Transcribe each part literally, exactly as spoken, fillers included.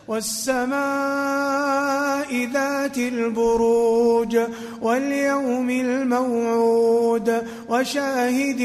والسماء ذات البروج واليوم الموعود وشاهد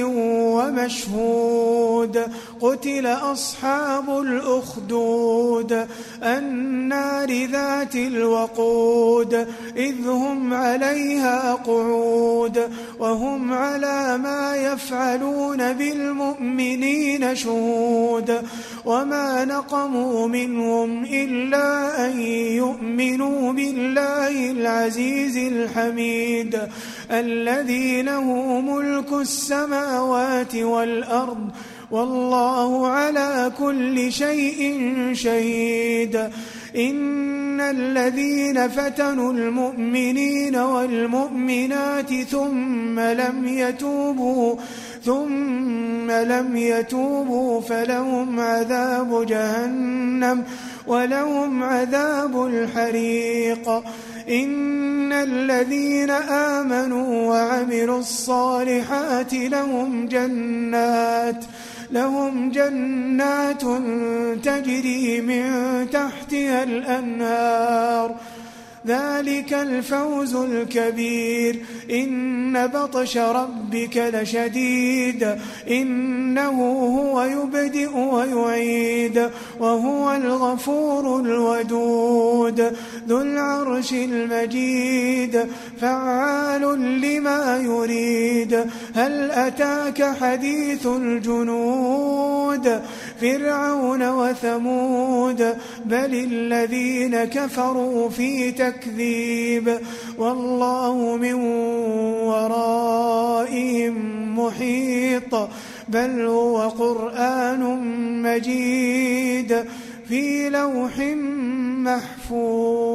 ومشهود قتل أصحاب الأخدود النار ذات الوقود إذ هم عليها قعود وهم على ما يفعلون بالمؤمنين شهود وما نقموا منهم إلا أن يؤمنوا بالله العزيز الحميد الذي له ملك السماوات والأرض والله على كل شيء شهيد إن الذين فتنوا المؤمنين والمؤمنات ثم لم يتوبوا ثم لم يتوبوا فلهم عذاب جهنم ولهم عذاب الحريق إن الذين آمنوا وعملوا الصالحات لهم جنات لهم جنات تجري من تحتها الأنهار ذلك الفوز الكبير إن بطش ربك لشديد إنه هو يبدئ ويعيد وهو الغفور الودود ذو العرش المجيد فعال لما يريد هل أتاك حديث الجنود فرعون وثمود بل الذين كفروا في تكذيب والله من ورائهم محيط بل هو قرآن مجيد في لوح محفوظ.